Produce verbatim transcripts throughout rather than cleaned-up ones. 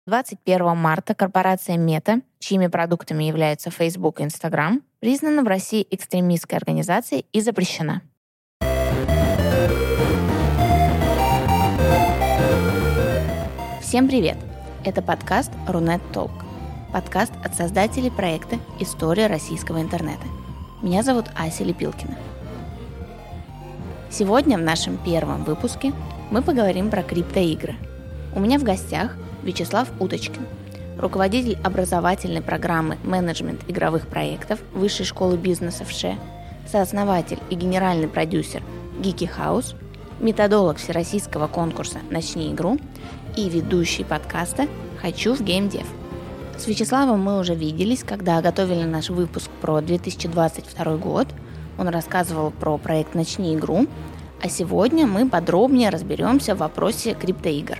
двадцать первого марта корпорация Meta, чьими продуктами являются Facebook и Instagram, признана в России экстремистской организацией и запрещена. Всем привет! Это подкаст Рунет Толк. Подкаст от создателей проекта «История российского интернета». Меня зовут Ася Лепилкина. Сегодня в нашем первом выпуске мы поговорим про криптоигры. У меня в гостях Вячеслав Уточкин, руководитель образовательной программы «Менеджмент игровых проектов» Высшей школы бизнеса в ШЭ, сооснователь и генеральный продюсер Geeky House, методолог всероссийского конкурса «Начни игру» и ведущий подкаста «Хочу в геймдев». С Вячеславом мы уже виделись, когда готовили наш выпуск про две тысячи двадцать второй год. Он рассказывал про проект «Начни игру», а сегодня мы подробнее разберемся в вопросе криптоигр.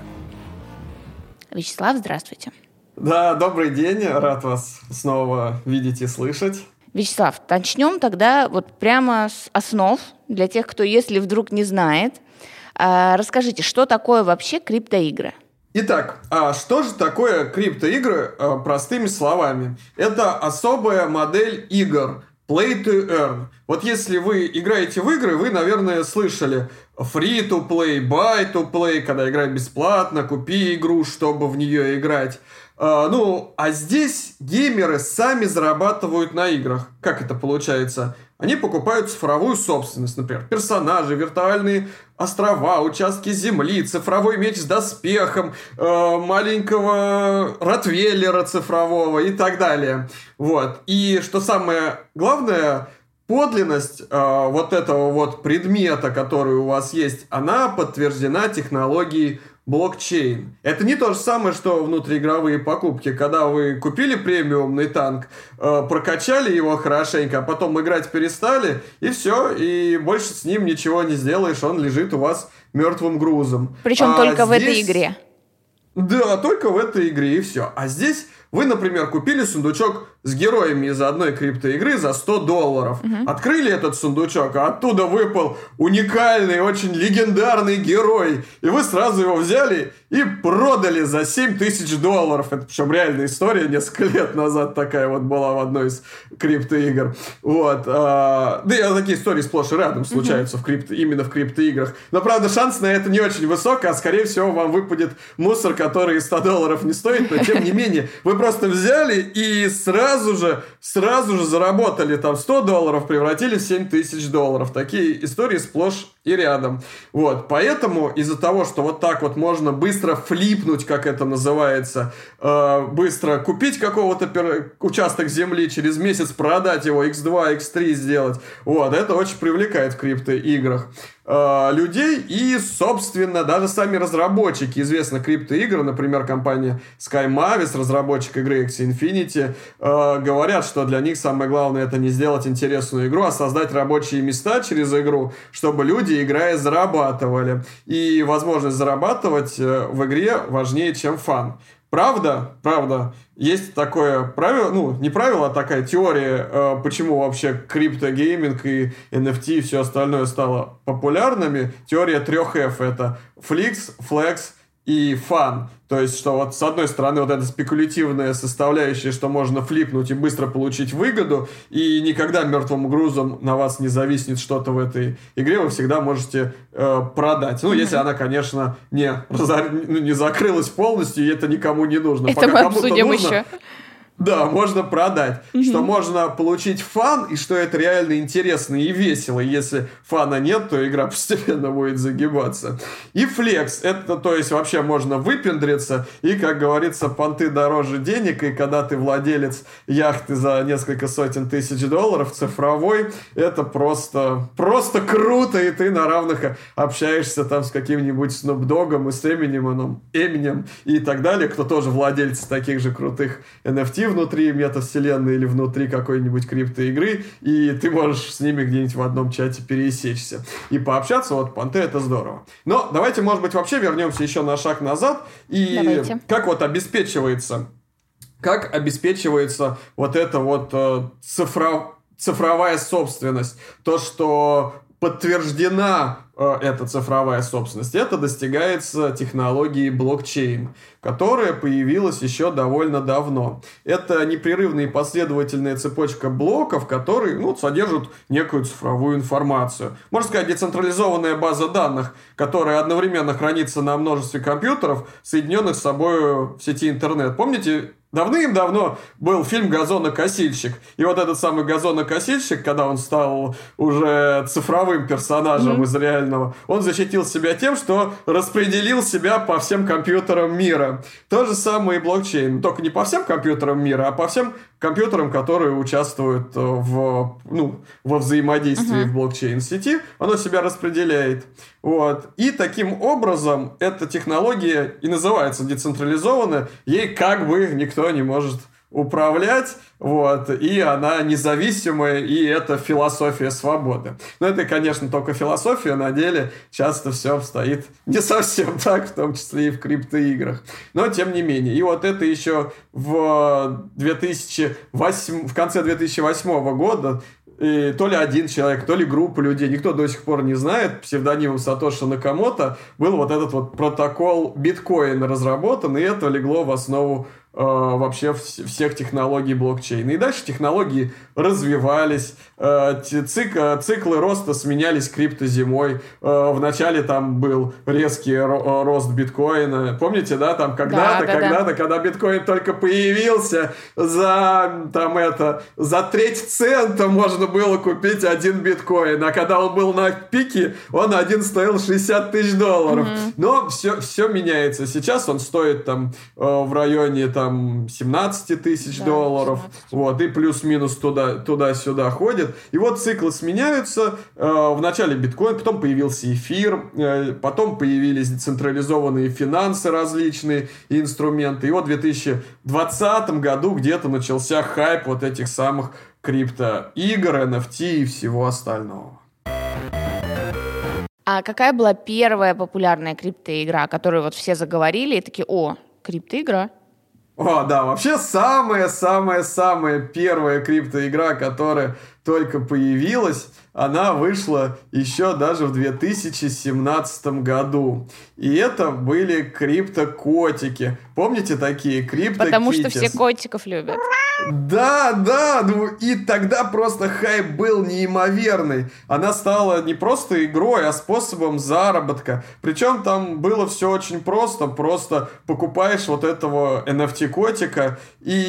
Вячеслав, здравствуйте. Да, добрый день, рад вас снова видеть и слышать. Вячеслав, начнем тогда вот прямо с основ, для тех, кто, если вдруг не знает. Расскажите, что такое вообще криптоигры? Итак, а что же такое криптоигры простыми словами? Это особая модель игр. Play to earn. Вот если вы играете в игры, вы, наверное, слышали free to play, buy to play, когда играть бесплатно, купи игру, чтобы в нее играть. А, ну, а здесь геймеры сами зарабатывают на играх. Как это получается? Они покупают цифровую собственность, например, персонажи, виртуальные острова, участки земли, цифровой меч с доспехом, э, маленького ротвейлера цифрового и так далее. Вот. И что самое главное, подлинность э, вот этого вот предмета, который у вас есть, она подтверждена технологией блокчейн. Это не то же самое, что внутриигровые покупки, когда вы купили премиумный танк, э, прокачали его хорошенько, а потом играть перестали, и все, и больше с ним ничего не сделаешь, он лежит у вас мертвым грузом. Причем а только здесь... в этой игре. Да, только в этой игре, и все. А здесь вы, например, купили сундучок с героями из одной криптоигры за сто долларов. Угу. Открыли этот сундучок, а оттуда выпал уникальный, очень легендарный герой. И вы сразу его взяли и продали за семь тысяч долларов. Это причем реальная история, несколько лет назад такая вот была в одной из криптоигр. Вот. А, да и такие истории сплошь и рядом случаются угу. в крипто, именно в криптоиграх. Но, правда, шанс на это не очень высок, а скорее всего вам выпадет мусор, который сто долларов не стоит, но тем не менее вы просто взяли и сразу Сразу же, сразу же заработали там сто долларов, превратили в семь тысяч долларов. Такие истории сплошь и рядом. Вот, поэтому из-за того, что вот так вот можно быстро флипнуть, как это называется, э, быстро купить какого-то пер... участок земли, через месяц продать его, икс два, икс три сделать, вот, это очень привлекает в криптоиграх э, людей. И, собственно, даже сами разработчики известных криптоигр, например, компания Sky Mavis, разработчик игры Axie Infinity, э, говорят, что для них самое главное это не сделать интересную игру, а создать рабочие места через игру, чтобы люди, играя, зарабатывали. И возможность зарабатывать в игре важнее, чем фан. Правда, правда, есть такое правило, ну, не правило, а такая теория, э, почему вообще криптогейминг и эн эф ти и все остальное стало популярными. Теория трех эф – это фликс, флекс и фан. То есть, что вот с одной стороны вот эта спекулятивная составляющая, что можно флипнуть и быстро получить выгоду, и никогда мертвым грузом на вас не зависнет что-то в этой игре, вы всегда можете э, продать. Ну, mm-hmm. если она, конечно, не, разор... не закрылась полностью, и это никому не нужно. Это Пока мы обсудим нужно, еще. Да, можно продать. Mm-hmm. Что можно получить фан, и что это реально интересно и весело. Если фана нет, то игра постепенно будет загибаться. И флекс. Это, то есть, вообще можно выпендриться. И, как говорится, понты дороже денег. И когда ты владелец яхты за несколько сотен тысяч долларов цифровой, это просто, просто круто. И ты на равных общаешься там с каким-нибудь Snoop Dogg'ом и с Эминемом, Эминем и так далее, кто тоже владельцы таких же крутых эн эф ти внутри метавселенной или внутри какой-нибудь криптоигры, и ты можешь с ними где-нибудь в одном чате пересечься и пообщаться. Вот понты — это здорово. Но давайте, может быть, вообще вернемся еще на шаг назад. И давайте. Как вот обеспечивается, как обеспечивается вот эта вот э, цифро, цифровая собственность. То, что подтверждена э, эта цифровая собственность, это достигается технологией блокчейн, которая появилась еще довольно давно. Это непрерывная и последовательная цепочка блоков, которые ну, содержат некую цифровую информацию. Можно сказать, децентрализованная база данных, которая одновременно хранится на множестве компьютеров, соединенных с собой в сети интернет. Помните, давным-давно был фильм «Газонокосильщик». И вот этот самый газонокосильщик, когда он стал уже цифровым персонажем mm-hmm. из реального, он защитил себя тем, что распределил себя по всем компьютерам мира. То же самое и блокчейн. Только не по всем компьютерам мира, а по всем компьютерам, которые участвуют в, ну, во взаимодействии uh-huh. в блокчейн-сети, оно себя распределяет. Вот. И таким образом эта технология и называется децентрализованная, ей как бы никто не может управлять, вот, и она независимая, и это философия свободы. Но это, конечно, только философия, на деле часто все обстоит не совсем так, в том числе и в криптоиграх. Но, тем не менее. И вот это еще в, две тысячи восьмом, в конце две тысячи восьмого года и то ли один человек, то ли группа людей, никто до сих пор не знает, псевдонимом Сатоши Накамото был вот этот вот протокол биткоина разработан, и это легло в основу э, вообще вс- всех технологий блокчейна. И дальше технологии развивались, э, цик, циклы роста сменялись криптозимой. Э, вначале там был резкий ро- рост биткоина. Помните, да, там когда-то, да, да, когда-то, да. когда биткоин только появился, за, там это, за треть цента можно было купить один биткоин, а когда он был на пике, он один стоил шестьдесят тысяч долларов. Mm-hmm. Но все, все меняется. Сейчас он стоит там э, в районе там семнадцать тысяч да, долларов. семнадцать. Вот, и плюс-минус туда, туда-сюда ходит. И вот циклы сменяются. Э, вначале биткоин, потом появился эфир, э, потом появились децентрализованные финансы различные инструменты. И вот в две тысячи двадцатом году где-то начался хайп вот этих самых криптоигр, эн эф ти и всего остального. А какая была первая популярная криптоигра, о которой вот все заговорили и такие: о, криптоигра? О, да, вообще самая-самая-самая первая криптоигра, которая только появилась, она вышла еще даже в две тысячи семнадцатом году. И это были криптокотики. Помните такие криптокитис? Потому что все котиков любят. Да, да, ну и тогда просто хайп был неимоверный. Она стала не просто игрой, а способом заработка. Причем там было все очень просто. Просто покупаешь вот этого эн эф ти-котика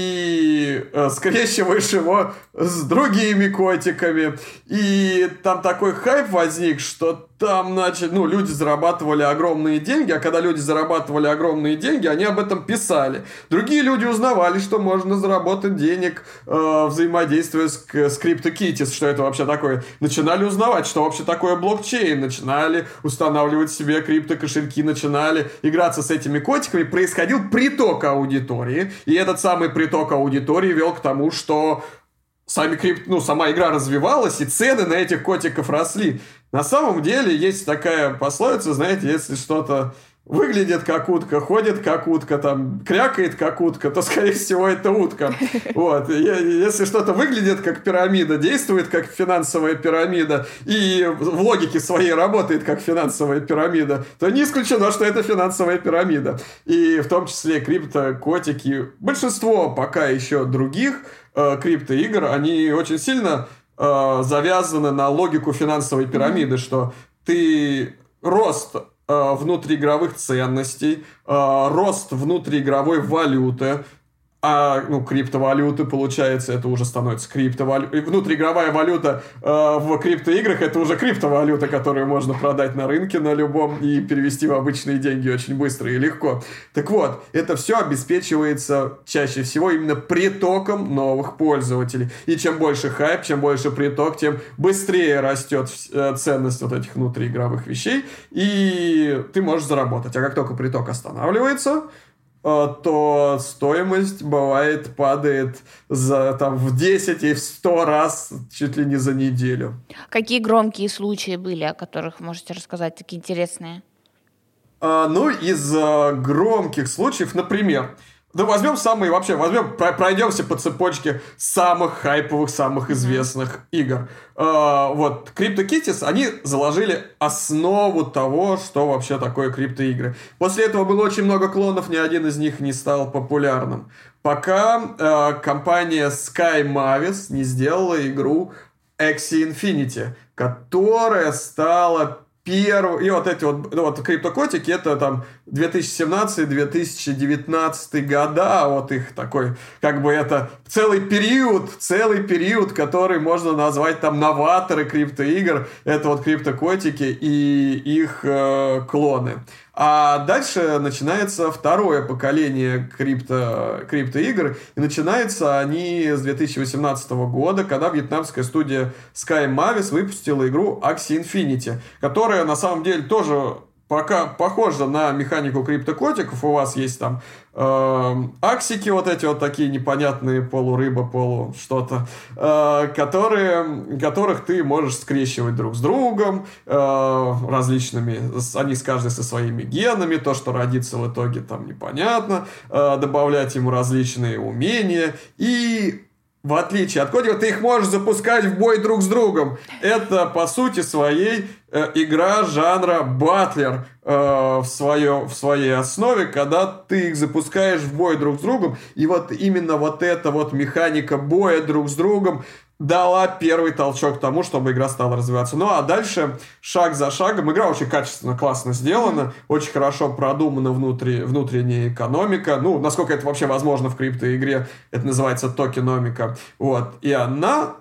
и э, скрещиваешь его с другими котиками. И там такой хайп возник, что там, значит, ну, люди зарабатывали огромные деньги, а когда люди зарабатывали огромные деньги, они об этом писали. Другие люди узнавали, что можно заработать денег, э, взаимодействуя с, с CryptoKitties, что это вообще такое. Начинали узнавать, что вообще такое блокчейн, начинали устанавливать себе криптокошельки, начинали играться с этими котиками. Происходил приток аудитории, и этот самый приток аудитории вел к тому, что Сами крипт... ну, сама игра развивалась, и цены на этих котиков росли. На самом деле есть такая пословица, знаете, если что-то выглядит как утка, ходит как утка, там, крякает как утка, то, скорее всего, это утка. Вот. Если что-то выглядит как пирамида, действует как финансовая пирамида и в логике своей работает как финансовая пирамида, то не исключено, что это финансовая пирамида. И в том числе криптокотики, большинство пока еще других э, криптоигр, они очень сильно э, завязаны на логику финансовой пирамиды, mm-hmm. что ты рост внутриигровых ценностей, рост внутриигровой валюты, а ну, криптовалюты, получается, это уже становится криптовалютой. Внутриигровая валюта э, в криптоиграх — это уже криптовалюта, которую можно продать на рынке на любом и перевести в обычные деньги очень быстро и легко. Так вот, это все обеспечивается чаще всего именно притоком новых пользователей. И чем больше хайп, чем больше приток, тем быстрее растет ценность вот этих внутриигровых вещей, и ты можешь заработать. А как только приток останавливается, то стоимость, бывает, падает за, там, в десять и в сто раз чуть ли не за неделю. Какие громкие случаи были, о которых можете рассказать, такие интересные? А, ну, из а, громких случаев, например, Да возьмем самые, вообще, возьмем, пройдемся по цепочке самых хайповых, самых известных mm-hmm. игр. Uh, вот, CryptoKitties, они заложили основу того, что вообще такое криптоигры. После этого было очень много клонов, ни один из них не стал популярным. Пока uh, компания Sky Mavis не сделала игру Axie Infinity, которая стала первым... И вот эти вот, ну, вот криптокотики, это там две тысячи семнадцатый - две тысячи девятнадцатый года, вот их такой, как бы это целый период, целый период, который можно назвать там новаторы криптоигр, это вот криптокотики и их э, клоны. А дальше начинается второе поколение крипто, криптоигр, и начинаются они с две тысячи восемнадцатого года, когда вьетнамская студия Sky Mavis выпустила игру Axie Infinity, которая на самом деле тоже пока похожа на механику криптокотиков. У вас есть там э, аксики, вот эти вот такие непонятные, полурыба, полу что-то, э, которые, которых ты можешь скрещивать друг с другом, э, различными, они с каждой со своими генами, то, что родится в итоге, там непонятно, э, добавлять ему различные умения, и в отличие от котиков, ты их можешь запускать в бой друг с другом. Это, по сути своей, э, игра жанра батлер э, в, свое, в своей основе, когда ты их запускаешь в бой друг с другом. И вот именно вот эта вот механика боя друг с другом дала первый толчок к тому, чтобы игра стала развиваться. Ну, а дальше, шаг за шагом, игра очень качественно, классно сделана, очень хорошо продумана внутри, внутренняя экономика. Ну, насколько это вообще возможно в криптоигре, это называется токеномика. Вот. И она...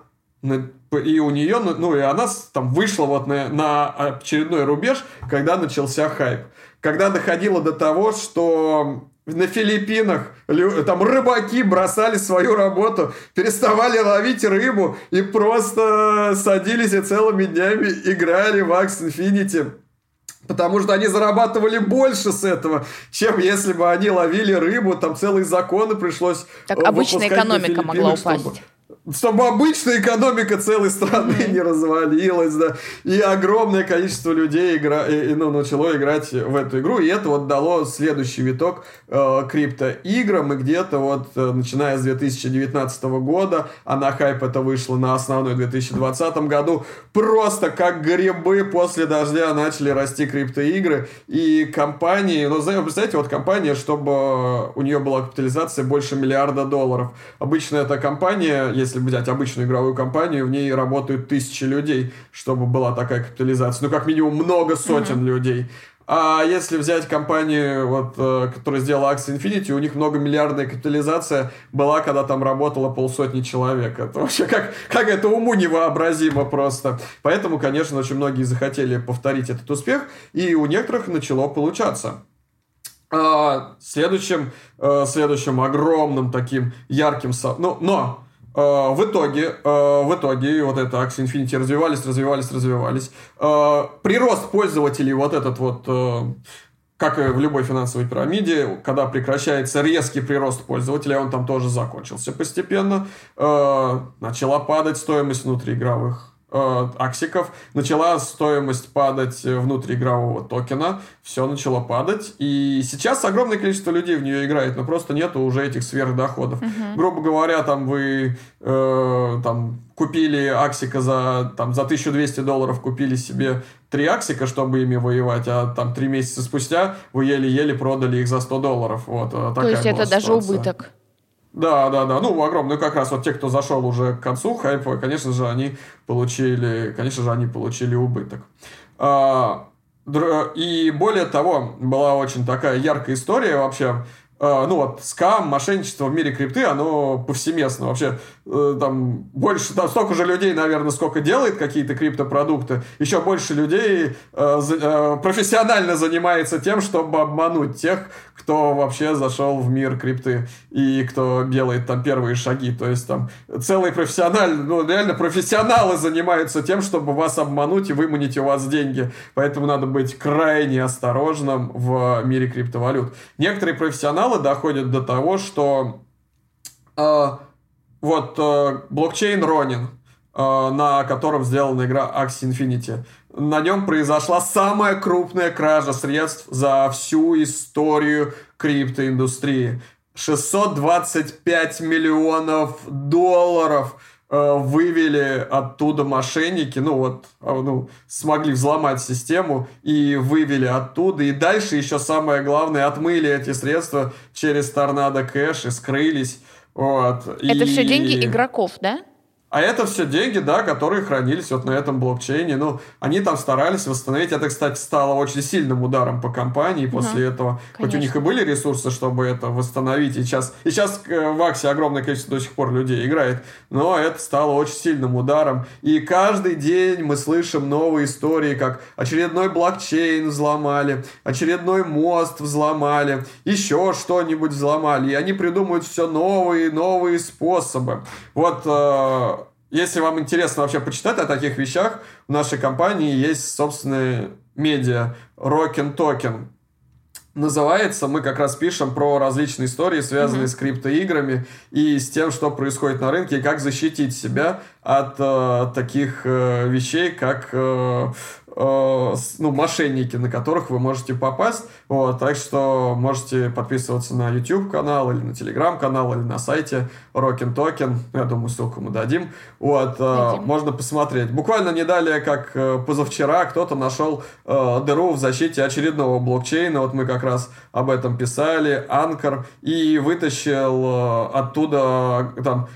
И у нее, ну, и она там вышла вот на, на очередной рубеж, когда начался хайп. Когда доходило до того, что на Филиппинах там рыбаки бросали свою работу, переставали ловить рыбу и просто садились и целыми днями играли в Axie Infinity. Потому что они зарабатывали больше с этого, чем если бы они ловили рыбу. Там целые законы пришлось так обычная экономика могла упасть. Чтобы... Чтобы обычная экономика целой страны mm-hmm. не развалилась, да, и огромное количество людей игра... и, ну, начало играть в эту игру, и это вот дало следующий виток э, криптоиграм, и где-то вот, э, начиная с две тысячи девятнадцатого года, а на хайп это вышло на основной в две тысячи двадцатом году, просто как грибы после дождя начали расти криптоигры, и компании, ну, представляете, вот компания, чтобы у нее была капитализация больше миллиарда долларов. Обычно эта компания, если взять обычную игровую компанию, в ней работают тысячи людей, чтобы была такая капитализация. Ну, как минимум, много сотен mm-hmm. людей. А если взять компанию, вот, которая сделала Axie Infinity, у них многомиллиардная капитализация была, когда там работало полсотни человек. Это вообще как, как это уму невообразимо просто. Поэтому, конечно, очень многие захотели повторить этот успех, и у некоторых начало получаться. Следующим, следующим огромным таким ярким... Ну, но... Uh, в итоге, uh, в итоге вот это Axie Infinity развивались, развивались, развивались. Uh, прирост пользователей вот этот вот, uh, как и в любой финансовой пирамиде, когда прекращается резкий прирост пользователей, он там тоже закончился постепенно. Uh, начала падать стоимость внутриигровых аксиков, начала стоимость падать внутриигрового токена, все начало падать, и сейчас огромное количество людей в нее играет, но просто нету уже этих сверхдоходов. Uh-huh. Грубо говоря, там вы э, там, купили аксика за, там, за тысячу двести долларов, купили себе три аксика, чтобы ими воевать, а там три месяца спустя вы еле-еле продали их за сто долларов. Вот, такая То есть это ситуация. Даже убыток. Да, да, да. Ну, огромный. Как раз вот те, кто зашел уже к концу хайпа, конечно же, они получили, конечно же, они получили убыток. И более того, была очень такая яркая история вообще. Ну вот, скам, мошенничество в мире крипты, оно повсеместно. Вообще, там больше, там столько же людей, наверное, сколько делает какие-то криптопродукты, еще больше людей профессионально занимается тем, чтобы обмануть тех, кто вообще зашел в мир крипты и кто делает там первые шаги. То есть там целые профессиональные, ну реально профессионалы занимаются тем, чтобы вас обмануть и выманить у вас деньги. Поэтому надо быть крайне осторожным в мире криптовалют. Некоторые профессионалы доходят до того, что э, вот э, блокчейн Ronin, э, на котором сделана игра Axie Infinity, на нем произошла самая крупная кража средств за всю историю криптоиндустрии. шестьсот двадцать пять миллионов долларов вывели оттуда мошенники, ну вот, ну, смогли взломать систему и вывели оттуда. И дальше еще самое главное, отмыли эти средства через Торнадо Кэш и скрылись. Вот. Это и... все деньги игроков, да? А это все деньги, да, которые хранились вот на этом блокчейне. Ну, они там старались восстановить. Это, кстати, стало очень сильным ударом по компании после угу, этого. Конечно. Хоть у них и были ресурсы, чтобы это восстановить. И сейчас, и сейчас в Аксе огромное количество до сих пор людей играет. Но это стало очень сильным ударом. И каждый день мы слышим новые истории, как очередной блокчейн взломали, очередной мост взломали, еще что-нибудь взломали. И они придумывают все новые, новые способы. Вот... Если вам интересно вообще почитать о таких вещах, в нашей компании есть собственное медиа Rockin' Token. Называется, мы как раз пишем про различные истории, связанные mm-hmm. с криптоиграми и с тем, что происходит на рынке, и как защитить себя от э, таких э, вещей, как э, э, ну, мошенники, на которых вы можете попасть. Вот, так что можете подписываться на YouTube-канал или на Telegram-канал, или на сайте Rockin' Token. Я думаю, ссылку мы дадим. Вот, э, можно посмотреть. Буквально не далее, как э, позавчера, кто-то нашел э, дыру в защите очередного блокчейна. Вот мы как раз об этом писали. Анкор. И вытащил э, оттуда там,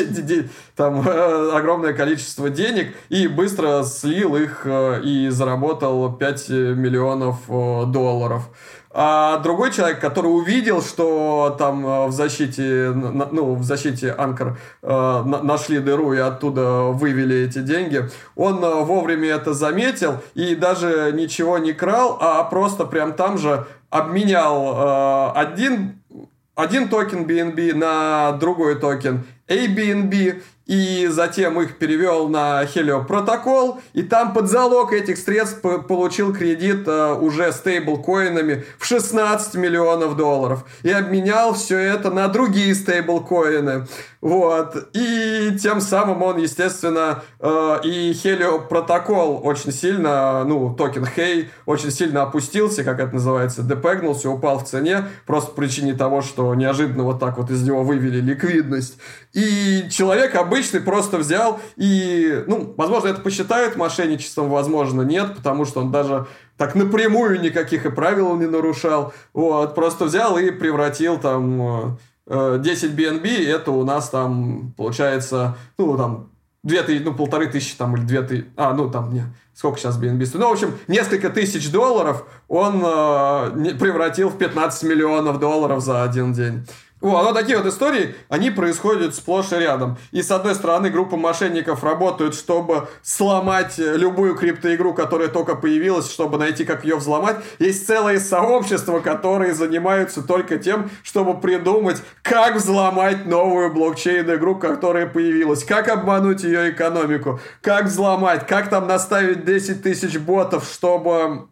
там э, огромное количество денег и быстро слил их э, и заработал пять миллионов э, долларов. А другой человек, который увидел, что там в защите, ну, в защите Анкор э, нашли дыру и оттуда вывели эти деньги, он вовремя это заметил и даже ничего не крал, а просто прям там же обменял э, один, один токен би эн би на другой токен эй би эн би, и затем их перевел на Helio протокол, и там под залог этих средств получил кредит uh, уже стейблкоинами в шестнадцать миллионов долларов. И обменял все это на другие стейблкоины. Вот. И тем самым он, естественно, uh, и Helio протокол очень сильно, ну, токен Hey, очень сильно опустился, как это называется, депэгнулся, упал в цене, просто по причине того, что неожиданно вот так вот из него вывели ликвидность. И человек обычный просто взял и, ну, возможно, это посчитают мошенничеством, возможно, нет, потому что он даже так напрямую никаких и правил не нарушал. Вот, просто взял и превратил там десять би эн би, это у нас там получается, ну, там, две тысячи, ну, полторы тысячи там, или две тысячи, а, ну, там, не, сколько сейчас би эн би стоит? Ну, в общем, несколько тысяч долларов он э, превратил в пятнадцать миллионов долларов за один день. Вот, вот такие вот истории, они происходят сплошь и рядом. И с одной стороны, группа мошенников работают, чтобы сломать любую криптоигру, которая только появилась, чтобы найти, как ее взломать. Есть целые сообщества, которые занимаются только тем, чтобы придумать, как взломать новую блокчейн-игру, которая появилась, как обмануть ее экономику, как взломать, как там наставить десять тысяч ботов, чтобы...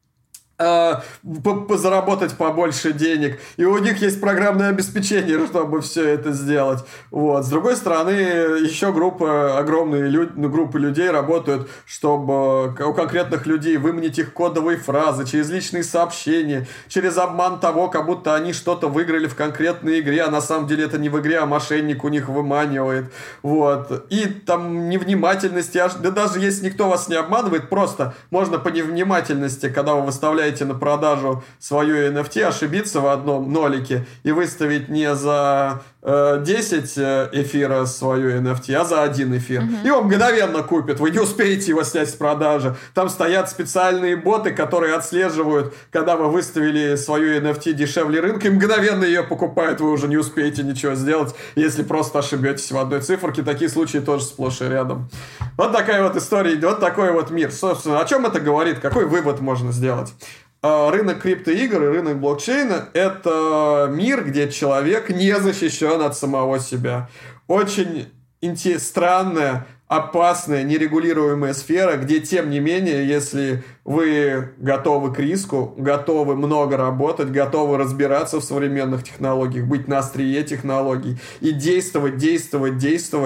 заработать побольше денег. И у них есть программное обеспечение, чтобы все это сделать. Вот. С другой стороны, еще группа, огромные люди, ну, группы людей работают, чтобы у конкретных людей выманить их кодовые фразы через личные сообщения, через обман того, как будто они что-то выиграли в конкретной игре, а на самом деле это не в игре, а мошенник у них выманивает. Вот. И там невнимательности, да даже если никто вас не обманывает, просто можно по невнимательности, когда вы выставляете на продажу свою эн эф ти, ошибиться в одном нолике и выставить не за э, десять эфира свою эн эф ти, а за один эфир. Uh-huh. И он мгновенно купит. Вы не успеете его снять с продажи. Там стоят специальные боты, которые отслеживают, когда вы выставили свою эн эф ти дешевле рынка, и мгновенно ее покупают. Вы уже не успеете ничего сделать, если просто ошибетесь в одной циферке. Такие случаи тоже сплошь и рядом. Вот такая вот история. Вот такой вот мир. Собственно, о чем это говорит? Какой вывод можно сделать? Рынок криптоигр и рынок блокчейна – это мир, где человек не защищен от самого себя. Очень странная, опасная, нерегулируемая сфера, где, тем не менее, если вы готовы к риску, готовы много работать, готовы разбираться в современных технологиях, быть на острие технологий и действовать, действовать, действовать,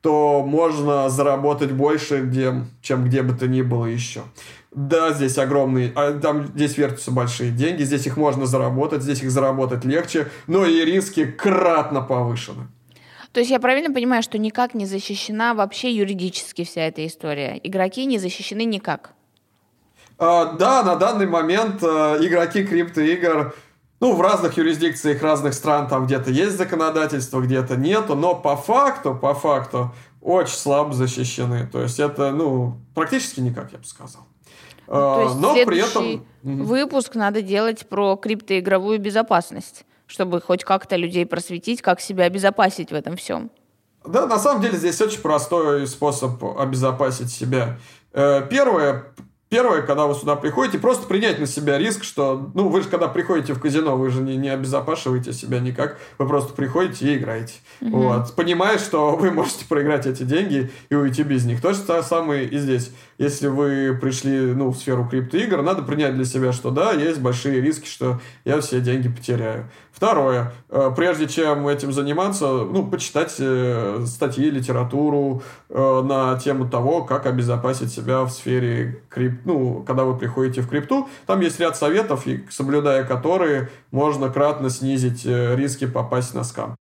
то можно заработать больше, где, чем где бы то ни было еще. Да, здесь огромные, а там здесь вертятся большие деньги, здесь их можно заработать, здесь их заработать легче, но и риски кратно повышены. То есть я правильно понимаю, что никак не защищена вообще юридически вся эта история? Игроки не защищены никак? А, да, на данный момент а, игроки криптоигр, ну, в разных юрисдикциях разных стран там где-то есть законодательство, где-то нету, но по факту, по факту очень слабо защищены. То есть это, ну, практически никак, я бы сказал. То есть но следующий при этом... выпуск надо делать про криптоигровую безопасность, чтобы хоть как-то людей просветить, как себя обезопасить в этом всем. Да, на самом деле здесь очень простой способ обезопасить себя. Первое, первое, когда вы сюда приходите, просто принять на себя риск, что, ну, вы же когда приходите в казино, вы же не, не обезопашиваете себя никак, вы просто приходите и играете. Угу. Вот. Понимая, что вы можете проиграть эти деньги и уйти без них. То же самое и здесь. Если вы пришли, ну, в сферу криптоигр, надо принять для себя, что да, есть большие риски, что я все деньги потеряю. Второе. Прежде чем этим заниматься, ну, почитать статьи, литературу на тему того, как обезопасить себя в сфере крипто. Ну, когда вы приходите в крипту, там есть ряд советов, и соблюдая которые, можно кратно снизить риски попасть на скам.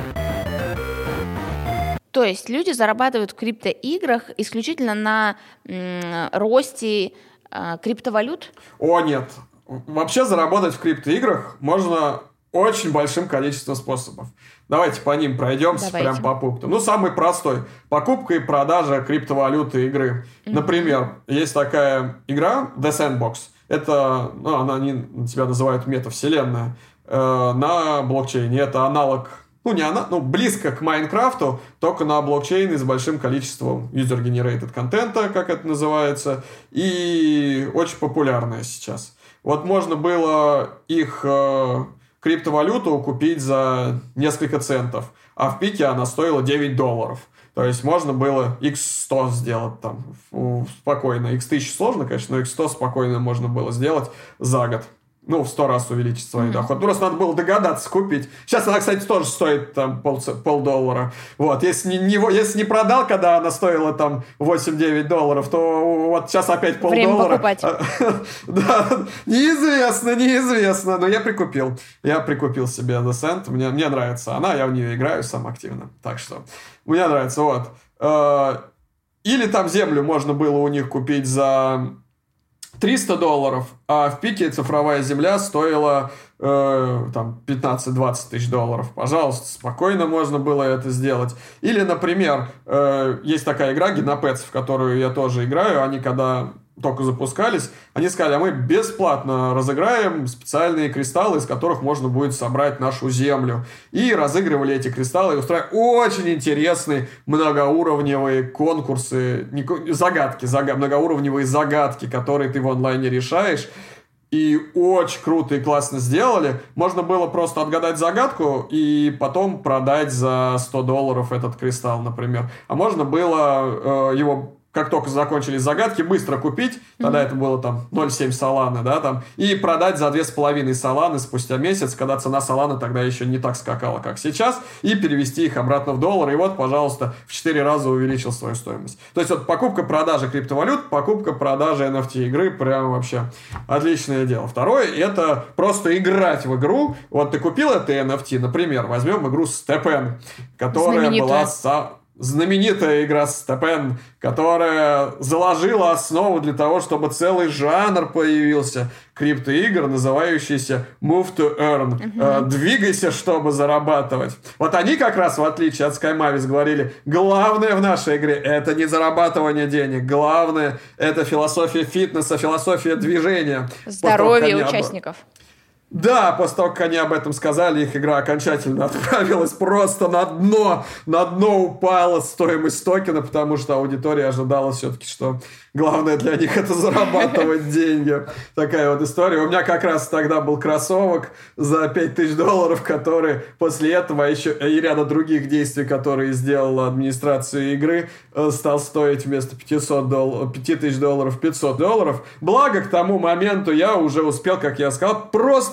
То есть люди зарабатывают в криптоиграх исключительно на м- росте э, криптовалют? О, нет. Вообще заработать в криптоиграх можно очень большим количеством способов. Давайте по ним пройдемся. Давайте. Прям по пунктам. Ну, самый простой. Покупка и продажа криптовалюты игры. Mm-hmm. Например, есть такая игра The Sandbox. Это, ну, она, они тебя называют метавселенная. Э, на блокчейне. Это аналог... Ну, не она, ну, близко к Майнкрафту, только на блокчейне с большим количеством user-generated контента, как это называется, и очень популярная сейчас. Вот можно было их э, криптовалюту купить за несколько центов, а в пике она стоила девять долларов. То есть можно было икс сто сделать там спокойно. икс тысяча сложно, конечно, но икс сто спокойно можно было сделать за год. Ну, в сто раз увеличить свой mm-hmm. доход. Просто надо было догадаться купить. Сейчас она, кстати, тоже стоит там пол, полдоллара. Вот. Если не, не, если не продал, когда она стоила там восемь-девять долларов, то вот сейчас опять полдоллара. Время покупать. Да, неизвестно, неизвестно. Но я прикупил. Я прикупил себе The Sand. Мне, мне нравится она, я в нее играю сам активно. Так что, мне нравится. Вот. Или там землю можно было у них купить за... триста долларов, а в пике цифровая земля стоила э, там пятнадцать-двадцать тысяч долларов. Пожалуйста, спокойно можно было это сделать. Или, например, э, есть такая игра Genopets, в которую я тоже играю. Они когда только запускались, они сказали, а мы бесплатно разыграем специальные кристаллы, из которых можно будет собрать нашу землю. И разыгрывали эти кристаллы и устраивали очень интересные многоуровневые конкурсы, загадки, заг... многоуровневые загадки, которые ты в онлайне решаешь. И очень круто и классно сделали. Можно было просто отгадать загадку и потом продать за сто долларов этот кристалл, например. А можно было э, его... как только закончились загадки, быстро купить, тогда mm-hmm. это было там ноль целых семь соланы, да, там, и продать за две с половиной соланы спустя месяц, когда цена соланы тогда еще не так скакала, как сейчас, и перевести их обратно в доллары, и вот, пожалуйста, в четыре раза увеличил свою стоимость. То есть вот покупка-продажа криптовалют, покупка-продажа эн эф ти игры, прям вообще отличное дело. Второе, это просто играть в игру. Вот ты купил это эн эф ти, например, возьмем игру Stepn, которая Знаменитая. была... Со... знаменитая игра Stepn, которая заложила основу для того, чтобы целый жанр появился криптоигр, называющийся Move to Earn. Uh-huh. Двигайся, чтобы зарабатывать. Вот они как раз, в отличие от SkyMavis, говорили, главное в нашей игре — это не зарабатывание денег, главное — это философия фитнеса, философия движения. Здоровье участников. Да, после того, как они об этом сказали, их игра окончательно отправилась просто на дно. На дно упала стоимость токена, потому что аудитория ожидала все-таки, что главное для них это зарабатывать деньги. Такая вот история. У меня как раз тогда был кроссовок за пять тысяч долларов, который после этого еще и ряда других действий, которые сделала администрация игры, стал стоить вместо пятьсот долларов, пять тысяч долларов пятьсот долларов. Благо, к тому моменту я уже успел, как я сказал, просто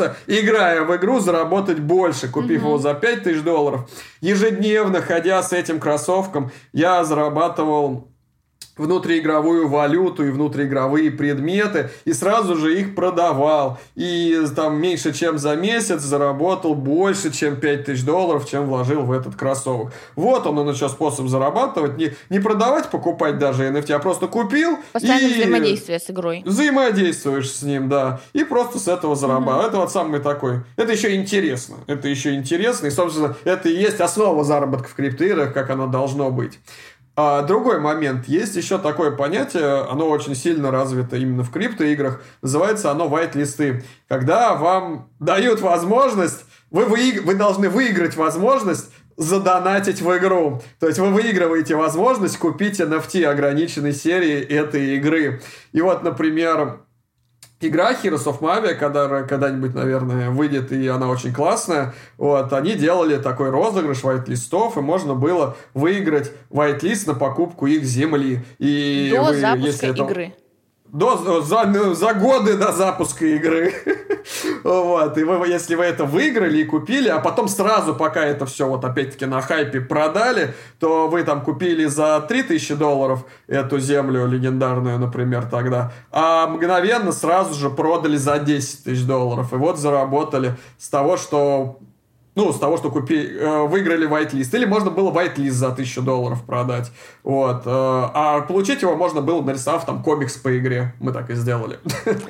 просто, играя в игру, заработать больше, купив угу. его за пять тысяч долларов. Ежедневно, ходя с этим кроссовком, я зарабатывал внутриигровую валюту и внутриигровые предметы, и сразу же их продавал. И там меньше чем за месяц заработал больше, чем пять тысяч долларов, чем вложил в этот кроссовок. Вот он, он еще способ зарабатывать. Не, не продавать, покупать даже эн эф ти, а просто купил. Постоянное и взаимодействие с игрой. Взаимодействуешь с ним, да. И просто с этого зарабатываешь. Mm-hmm. Это вот самый такой. Это еще интересно. Это еще интересно. И, собственно, это и есть основа заработка в криптоиграх, как оно должно быть. А другой момент. Есть еще такое понятие, оно очень сильно развито именно в криптоиграх. Называется оно white-листы. Когда вам дают возможность, вы, вы, вы должны выиграть возможность задонатить в игру. То есть вы выигрываете возможность купить эн эф ти ограниченной серии этой игры. И вот, например, игра Heroes of Mavia, когда когда-нибудь, наверное, выйдет, и она очень классная, вот, они делали такой розыгрыш white-листов, и можно было выиграть white-лист на покупку их земли. И до вы, запуска если это... игры. До, за, за годы до запуска игры. Вот. И вы, если вы это выиграли и купили, а потом сразу, пока это все вот опять-таки на хайпе продали, то вы там купили за три тысячи долларов эту землю легендарную, например, тогда, а мгновенно сразу же продали за десять тысяч долларов. И вот заработали с того, что... Ну, с того, что купили, э, выиграли whitelist. Или можно было whitelist за тысячу долларов продать. Вот. Э, а получить его можно было, нарисовав там комикс по игре. Мы так и сделали.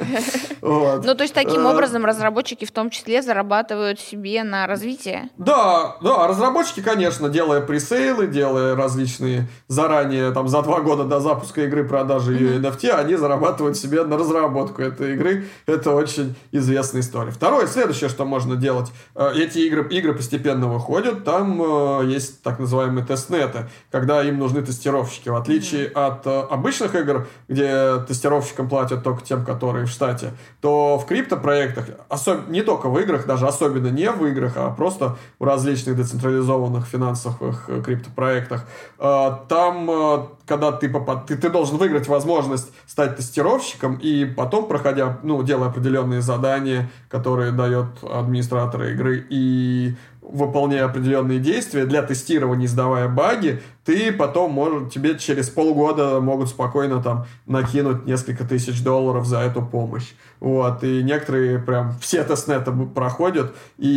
Ну, то есть, таким образом разработчики в том числе зарабатывают себе на развитие? Да, да, разработчики, конечно, делая пресейлы, делая различные заранее, там, за два года до запуска игры продажи ее эн эф ти, они зарабатывают себе на разработку этой игры. Это очень известная история. Второе, следующее, что можно делать. Эти игры Игры постепенно выходят, там э, есть так называемые тестнеты, когда им нужны тестировщики. В отличие mm-hmm. от э, обычных игр, где тестировщикам платят только тем, которые в штате, то в криптопроектах, особ... не только в играх, даже особенно не в играх, а просто в различных децентрализованных финансовых э, криптопроектах, э, там, э, когда ты, попад... ты, ты должен выиграть возможность стать тестировщиком, и потом, проходя, ну, делая определенные задания, которые дает администратор игры, и выполняя определенные действия для тестирования, сдавая баги, ты потом можешь, тебе через полгода могут спокойно там накинуть несколько тысяч долларов за эту помощь. Вот, и некоторые прям все тестнеты проходят,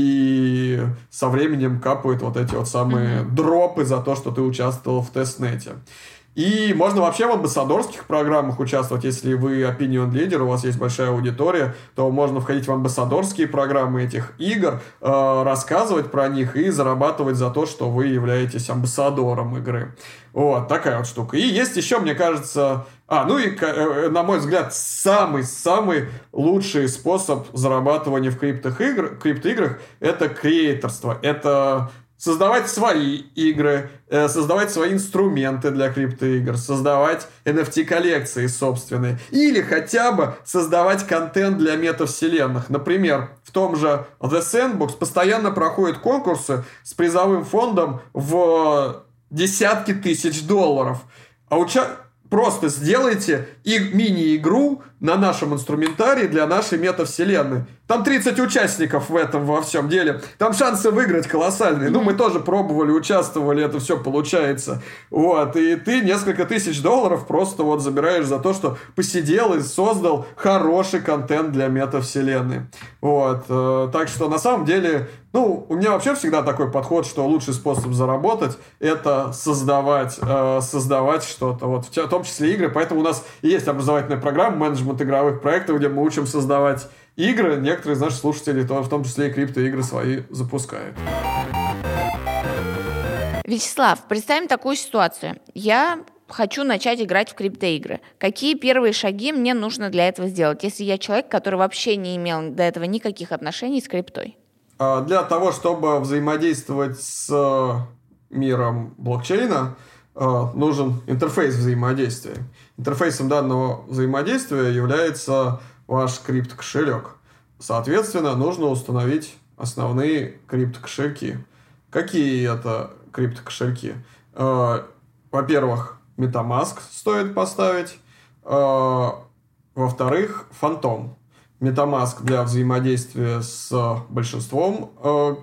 и со временем капают вот эти вот самые mm-hmm. дропы за то, что ты участвовал в тестнете. И можно вообще в амбассадорских программах участвовать. Если вы opinion leader, у вас есть большая аудитория, то можно входить в амбассадорские программы этих игр, э, рассказывать про них и зарабатывать за то, что вы являетесь амбассадором игры. Вот, такая вот штука. И есть еще, мне кажется... А, ну и, на мой взгляд, самый-самый лучший способ зарабатывания в криптоиграх, криптоиграх это креаторство. Это... создавать свои игры, создавать свои инструменты для криптоигр, создавать эн эф ти-коллекции собственные. Или хотя бы создавать контент для метавселенных. Например, в том же The Sandbox постоянно проходят конкурсы с призовым фондом в десятки тысяч долларов. А уча... Просто сделайте и мини-игру на нашем инструментарии для нашей метавселенной. Там тридцать участников в этом во всем деле. Там шансы выиграть колоссальные. Mm-hmm. Ну, мы тоже пробовали, участвовали, это все получается. Вот. И ты несколько тысяч долларов просто вот забираешь за то, что посидел и создал хороший контент для метавселенной. Вот. Так что, на самом деле, ну, у меня вообще всегда такой подход, что лучший способ заработать – это создавать, создавать что-то. Вот. В том числе игры. Поэтому у нас и есть образовательная программа менеджмент игровых проектов, где мы учим создавать игры. Некоторые из наших слушателей, в том числе и криптоигры свои, запускают. Вячеслав, представим такую ситуацию. Я хочу начать играть в криптоигры. Какие первые шаги мне нужно для этого сделать, если я человек, который вообще не имел до этого никаких отношений с криптой? Для того, чтобы взаимодействовать с миром блокчейна, нужен интерфейс взаимодействия. Интерфейсом данного взаимодействия является ваш криптокошелек. Соответственно, нужно установить основные криптокошельки. Какие это криптокошельки? Во-первых, MetaMask стоит поставить. Во-вторых, Phantom. MetaMask для взаимодействия с большинством э,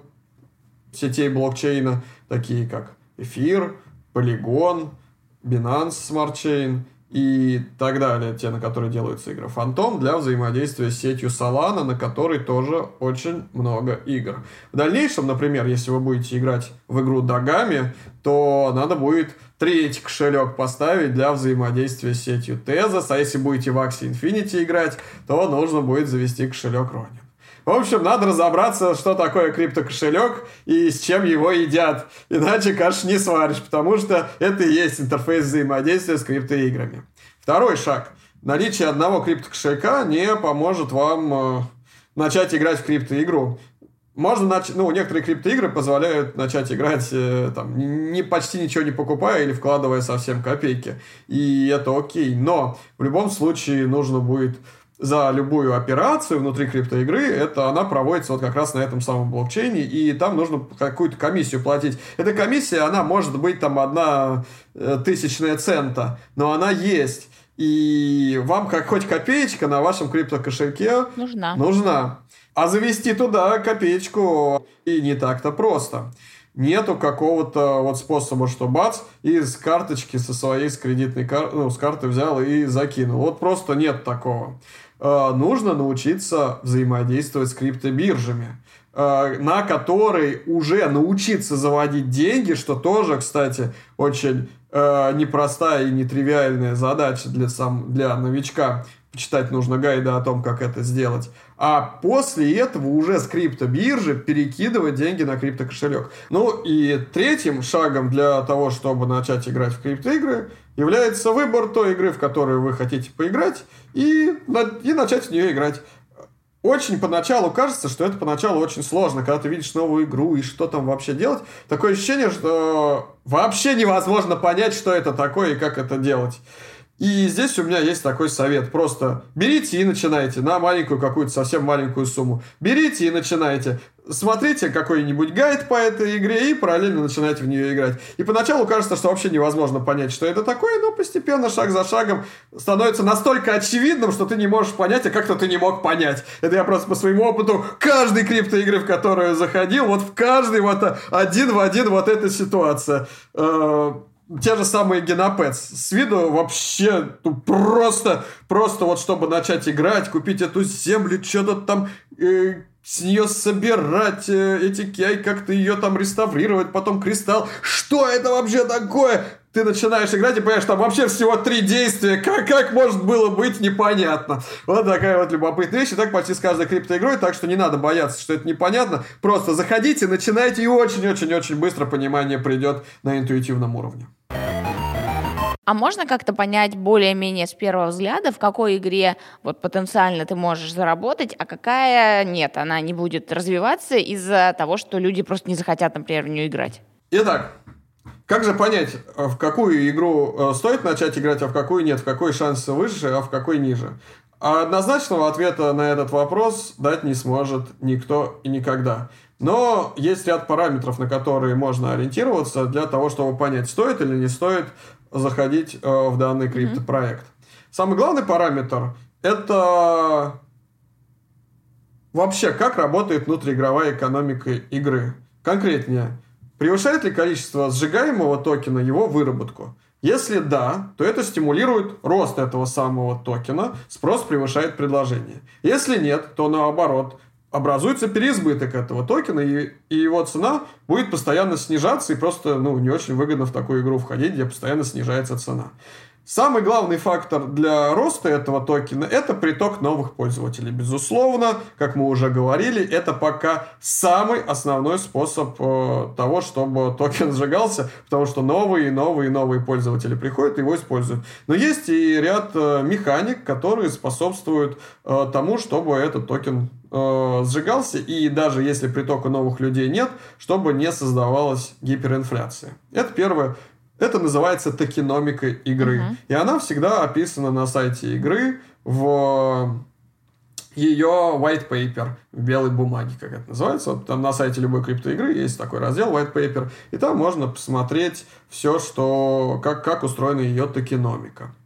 сетей блокчейна, такие как Эфир, Polygon, Binance Smart Chain и так далее, те, на которые делаются игры. Phantom для взаимодействия с сетью Solana, на которой тоже очень много игр. В дальнейшем, например, если вы будете играть в игру Dagami, то надо будет третий кошелек поставить для взаимодействия с сетью Tezos, а если будете в Axie Infinity играть, то нужно будет завести кошелек Ronin. В общем, надо разобраться, что такое криптокошелек и с чем его едят. Иначе каш не сваришь, потому что это и есть интерфейс взаимодействия с криптоиграми. Второй шаг. Наличие одного криптокошелька не поможет вам э, начать играть в криптоигру. Можно начать, ну, некоторые криптоигры позволяют начать играть э, там, не, почти ничего не покупая или вкладывая совсем копейки. И это окей. Но в любом случае нужно будет за любую операцию внутри криптоигры, это она проводится вот как раз на этом самом блокчейне, и там нужно какую-то комиссию платить. Эта комиссия, она может быть там одна тысячная цента, но она есть. И вам как хоть копеечка на вашем криптокошельке нужна. нужна. А завести туда копеечку и не так-то просто. Нету какого-то вот способа, что бац, из карточки со своей, с кредитной карты, ну, с карты взял и закинул. Вот просто нет такого. Э, нужно научиться взаимодействовать с криптобиржами, э, на которые уже научиться заводить деньги, что тоже, кстати, очень э, непростая и нетривиальная задача для, сам, для новичка. Почитать нужно гайды о том, как это сделать. А после этого уже с криптобиржи перекидывать деньги на криптокошелек. Ну и третьим шагом для того, чтобы начать играть в криптоигры, является выбор той игры, в которую вы хотите поиграть, и, и начать в нее играть. Очень поначалу кажется, что это поначалу очень сложно, когда ты видишь новую игру и что там вообще делать. Такое ощущение, что вообще невозможно понять, что это такое и как это делать. И здесь у меня есть такой совет. Просто берите и начинайте на маленькую какую-то, совсем маленькую сумму. Берите и начинайте. Смотрите какой-нибудь гайд по этой игре и параллельно начинайте в нее играть. И поначалу кажется, что вообще невозможно понять, что это такое, но постепенно, шаг за шагом, становится настолько очевидным, что ты не можешь понять, а как-то ты не мог понять. Это я просто по своему опыту каждой криптоигры, в которую заходил, вот в каждой вот один в один вот эта ситуация. Те же самые Genopets. С виду вообще ну, просто, просто вот чтобы начать играть, купить эту землю, что-то там э, с нее собирать, э, эти кей, как-то ее там реставрировать, потом кристалл. Что это вообще такое? Ты начинаешь играть и понимаешь, там вообще всего три действия. Как, как может было быть, непонятно. Вот такая вот любопытная вещь. И так почти с каждой криптоигрой, так что не надо бояться, что это непонятно. Просто заходите, начинайте, и очень-очень-очень быстро понимание придет на интуитивном уровне. А можно как-то понять более-менее с первого взгляда, в какой игре вот потенциально ты можешь заработать, а какая нет, она не будет развиваться из-за того, что люди просто не захотят, например, в нее играть? Итак, как же понять, в какую игру стоит начать играть, а в какую нет, в какой шансы выше, а в какой ниже? А однозначного ответа на этот вопрос дать не сможет никто и никогда. Но есть ряд параметров, на которые можно ориентироваться для того, чтобы понять, стоит или не стоит заходить э, в данный криптопроект. Mm-hmm. Самый главный параметр – это вообще, как работает внутриигровая экономика игры. Конкретнее, превышает ли количество сжигаемого токена его выработку? Если да, то это стимулирует рост этого самого токена, спрос превышает предложение. Если нет, то наоборот, образуется переизбыток этого токена, и, и его цена будет постоянно снижаться, и просто ну, не очень выгодно в такую игру входить, где постоянно снижается цена. Самый главный фактор для роста этого токена – это приток новых пользователей. Безусловно, как мы уже говорили, это пока самый основной способ э, того, чтобы токен сжигался, потому что новые, новые, новые пользователи приходят и его используют. Но есть и ряд э, механик, которые способствуют э, тому, чтобы этот токен э, сжигался, и даже если притока новых людей нет, чтобы не создавалась гиперинфляция. Это первое. Это называется токеномика игры. Uh-huh. И она всегда описана на сайте игры в ее white paper, в белой бумаге, как это называется. Вот там на сайте любой криптоигры есть такой раздел white paper, и там можно посмотреть все, что, как, как устроена ее токеномика.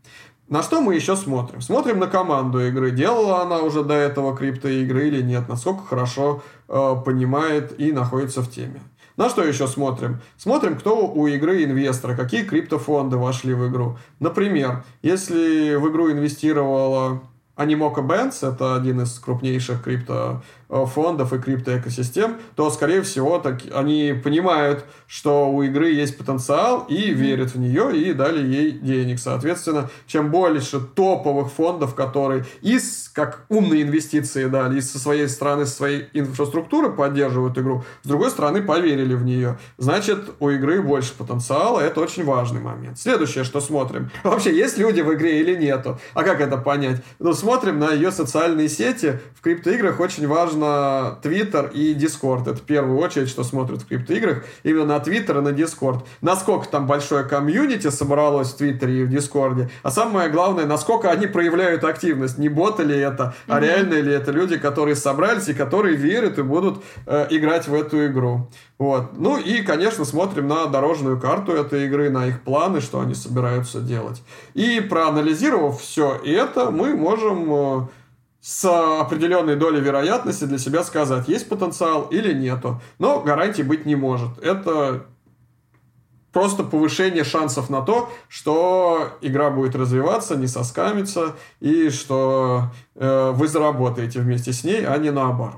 На что мы еще смотрим? Смотрим на команду игры. Делала она уже до этого криптоигры или нет? Насколько хорошо э, понимает и находится в теме. На что еще смотрим? Смотрим, кто у игры инвестор, какие криптофонды вошли в игру. Например, если в игру инвестировала Animoca Brands, это один из крупнейших криптофондов и криптоэкосистем, то, скорее всего, так, они понимают, что у игры есть потенциал и верят в нее, и дали ей денег. Соответственно, чем больше топовых фондов, которые из, как умные инвестиции дали, и со своей стороны, со своей инфраструктуры поддерживают игру, с другой стороны, поверили в нее, значит, у игры больше потенциала, это очень важный момент. Следующее, что смотрим. Вообще, есть люди в игре или нету? А как это понять? Ну, смотрим на ее социальные сети. В криптоиграх очень важно Twitter и Discord. Это в первую очередь, что смотрят в криптоиграх. Именно на Twitter и на Discord. Насколько там большое комьюнити собралось в Твиттере и в Дискорде. А самое главное, насколько они проявляют активность. Не боты ли это, а mm-hmm. реально ли это люди, которые собрались и которые верят и будут э, играть в эту игру. Вот. Ну и, конечно, смотрим на дорожную карту этой игры, на их планы, что они собираются делать. И проанализировав все это, мы можем с определенной долей вероятности для себя сказать, есть потенциал или нету. Но гарантий быть не может. Это просто повышение шансов на то, что игра будет развиваться, не соскамится, и что э, вы заработаете вместе с ней, а не наоборот.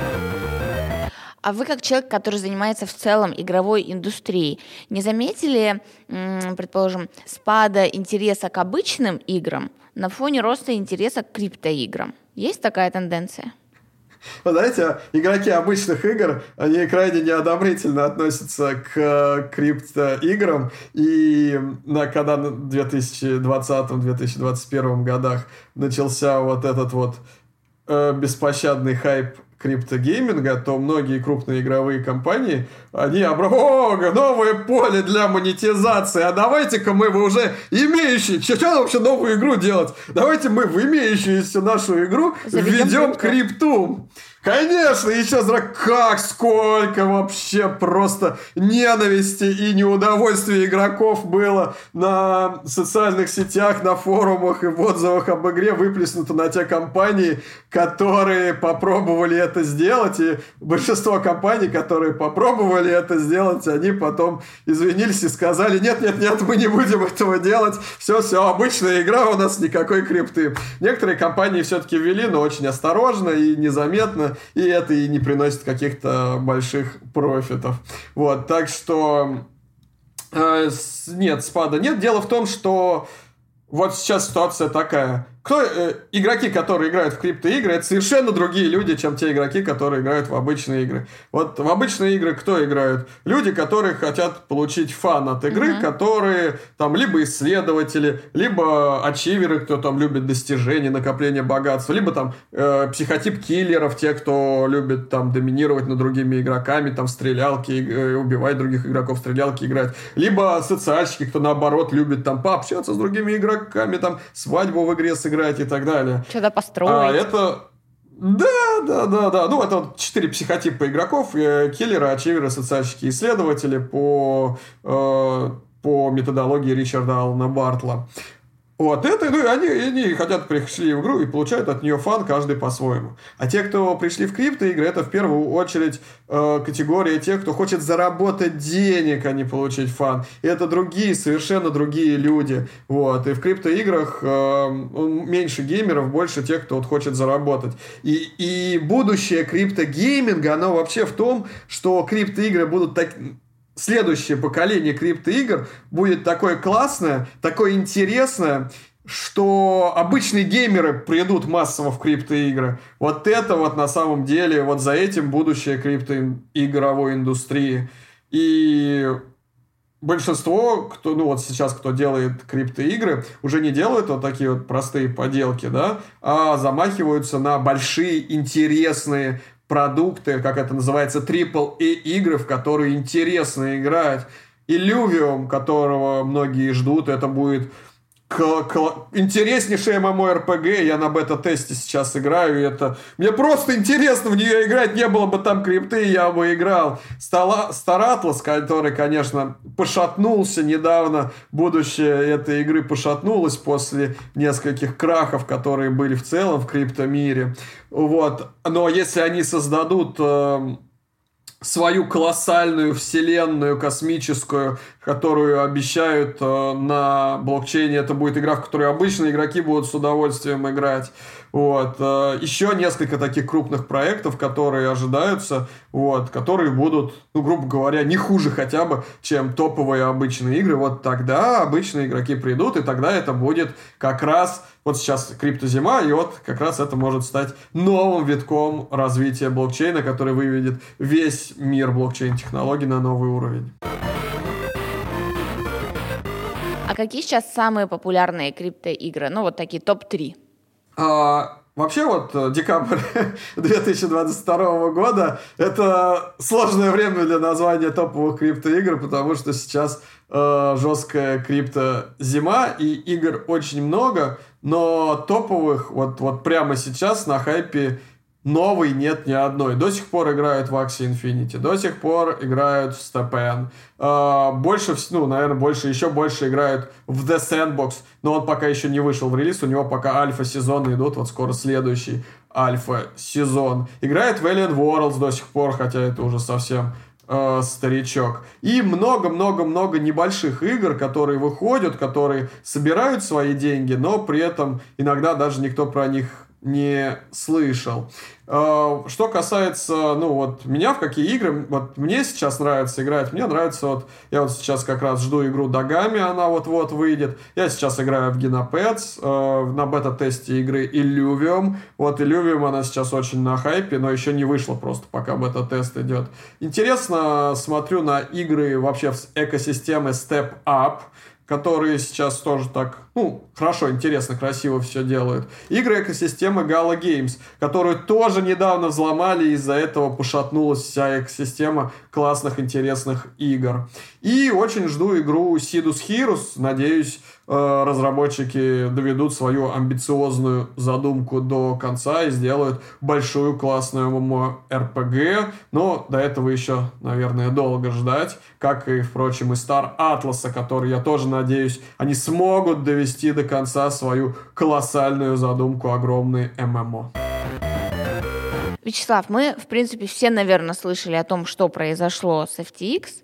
А вы, как человек, который занимается в целом игровой индустрией, не заметили, предположим, спада интереса к обычным играм на фоне роста интереса к криптоиграм? Есть такая тенденция? Вы знаете, игроки обычных игр, они крайне неодобрительно относятся к криптоиграм. И когда в две тысячи двадцатом - две тысячи двадцать первом годах начался вот этот вот э, беспощадный хайп криптогейминга, то многие крупные игровые компании, они обрабатывают, новое поле для монетизации, а давайте-ка мы в уже имеющие, что нам вообще новую игру делать? Давайте мы в имеющуюся нашу игру введем крипту. Конечно, еще раз, как сколько вообще просто ненависти и неудовольствия игроков было на социальных сетях, на форумах и в отзывах об игре выплеснуто на те компании, которые попробовали это сделать, и большинство компаний, которые попробовали это сделать, они потом извинились и сказали, нет-нет-нет, мы не будем этого делать, все-все, обычная игра, у нас никакой крипты. Некоторые компании все-таки ввели, но очень осторожно и незаметно, и это и не приносит каких-то больших профитов. Вот, так что э, нет, спада нет. Дело в том, что вот сейчас ситуация такая. Кто, э, игроки, которые играют в криптоигры, это совершенно другие люди, чем те игроки, которые играют в обычные игры. Вот в обычные игры кто играют? Люди, которые хотят получить фан от игры, mm-hmm. которые там либо исследователи, либо ачиверы, кто там любит достижения, накопление богатства, либо там э, психотип киллеров, те, кто любит там доминировать над другими игроками, там стрелялки, э, убивать других игроков, стрелялки играть, либо социальщики, кто наоборот любит там пообщаться с другими игроками, там свадьбу в игре сыграть и так далее. Что-то построить. А это... Да, да, да, да. Ну, это вот четыре психотипа игроков. Киллеры, ачиверы, социальщики, исследователи по, э, по методологии Ричарда Аллена Бартла. Вот это, ну, они, они хотят, пришли в игру и получают от нее фан, каждый по-своему. А те, кто пришли в криптоигры, это в первую очередь э, категория тех, кто хочет заработать денег, а не получить фан. И это другие, совершенно другие люди. Вот. И в криптоиграх э, меньше геймеров, больше тех, кто вот хочет заработать. И, и будущее криптогейминга, оно вообще в том, что криптоигры будут так... Следующее поколение криптоигр будет такое классное, такое интересное, что обычные геймеры придут массово в криптоигры. Вот это вот на самом деле, вот за этим будущее криптоигровой индустрии. И большинство, кто, ну вот сейчас, кто делает криптоигры, уже не делают вот такие вот простые поделки, да, а замахиваются на большие, интересные продукты, как это называется, трипл эй игры, в которые интересно играть. Illuvium, которого многие ждут, это будет к- к- интереснейшая MMORPG, я на бета-тесте сейчас играю, и это... Мне просто интересно в нее играть, не было бы там крипты, я бы играл. Стала... Star Atlas, который, конечно, пошатнулся недавно, будущее этой игры пошатнулось после нескольких крахов, которые были в целом в криптомире. Вот. Но если они создадут... Э- свою колоссальную вселенную космическую, которую обещают э, на блокчейне. Это будет игра, в которой обычные игроки будут с удовольствием играть. Вот. Э, еще несколько таких крупных проектов, которые ожидаются, вот, которые будут, ну, грубо говоря, не хуже хотя бы, чем топовые обычные игры. Вот тогда обычные игроки придут, и тогда это будет как раз... Вот сейчас криптозима, и вот как раз это может стать новым витком развития блокчейна, который выведет весь мир блокчейн-технологий на новый уровень. А какие сейчас самые популярные криптоигры? Ну, вот такие топ три. А, вообще вот декабрь две тысячи двадцать второго года – это сложное время для названия топовых криптоигр, потому что сейчас э, жесткая криптозима, и игр очень много, но топовых вот, вот прямо сейчас на хайпе новой нет ни одной. До сих пор играют в Axie Infinity, до сих пор играют в Stepn. Э, больше, ну, наверное, больше, еще больше играют в The Sandbox, но он пока еще не вышел в релиз, у него пока альфа-сезоны идут, вот скоро следующий альфа-сезон. Играет в Alien Worlds до сих пор, хотя это уже совсем э, старичок. И много-много-много небольших игр, которые выходят, которые собирают свои деньги, но при этом иногда даже никто про них не слышал. Что касается, ну вот, меня в какие игры, вот мне сейчас нравится играть, мне нравится вот, я вот сейчас как раз жду игру Dogami, она вот-вот выйдет, я сейчас играю в Gynapets, э, на бета-тесте игры Illuvium, вот Illuvium, она сейчас очень на хайпе, но еще не вышла просто, пока бета-тест идет. Интересно смотрю на игры вообще в экосистеме Step Up, которые сейчас тоже так, ну, хорошо, интересно, красиво все делают. Игры экосистемы Gala Games, которую тоже недавно взломали, из-за этого пошатнулась вся экосистема классных, интересных игр. И очень жду игру Sidus Heroes. Надеюсь, разработчики доведут свою амбициозную задумку до конца и сделают большую классную MMORPG, но до этого еще, наверное, долго ждать, как и, впрочем, и Star Atlas, который, я тоже надеюсь, они смогут довести до конца свою колоссальную задумку огромной эм эм о. Вячеслав, мы, в принципе, все, наверное, слышали о том, что произошло с эф ти экс.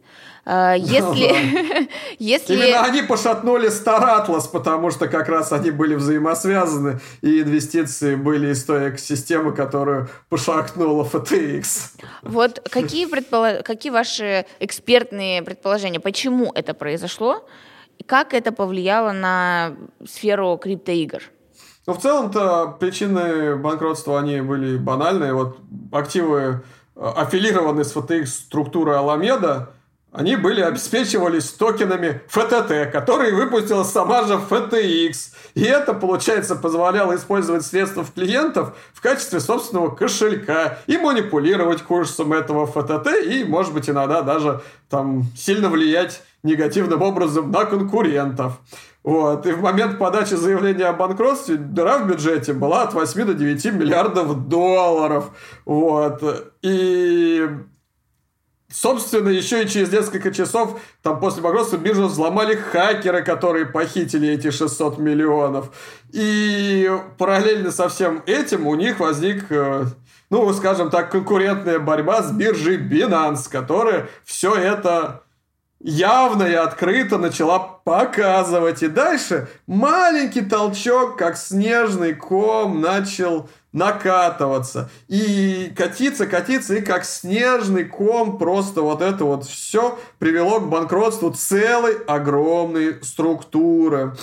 Если... Если... Именно они пошатнули Star Atlas, потому что как раз они были взаимосвязаны, и инвестиции были из той экосистемы, которую пошатнула эф ти экс. Вот какие, предполож... какие ваши экспертные предположения, почему это произошло, и как это повлияло на сферу криптоигр? Ну, в целом-то причины банкротства, они были банальные. Вот активы, аффилированные с эф ти экс структурой Alameda, они были, обеспечивались токенами эф ти ти, которые выпустила сама же эф ти экс. И это, получается, позволяло использовать средства клиентов в качестве собственного кошелька и манипулировать курсом этого эф ти ти, и, может быть, иногда даже там сильно влиять негативным образом на конкурентов. Вот. И в момент подачи заявления о банкротстве дыра в бюджете была от восьми до девяти миллиардов долларов. Вот. И... Собственно, еще и через несколько часов там после банкротства биржу взломали хакеры, которые похитили эти шестьсот миллионов. И параллельно со всем этим у них возник, ну, скажем так, конкурентная борьба с биржей Binance, которая все это явно и открыто начала показывать. И дальше маленький толчок, как снежный ком, начал накатываться. И катиться, катиться, и как снежный ком просто вот это вот все привело к банкротству целой огромной структуры.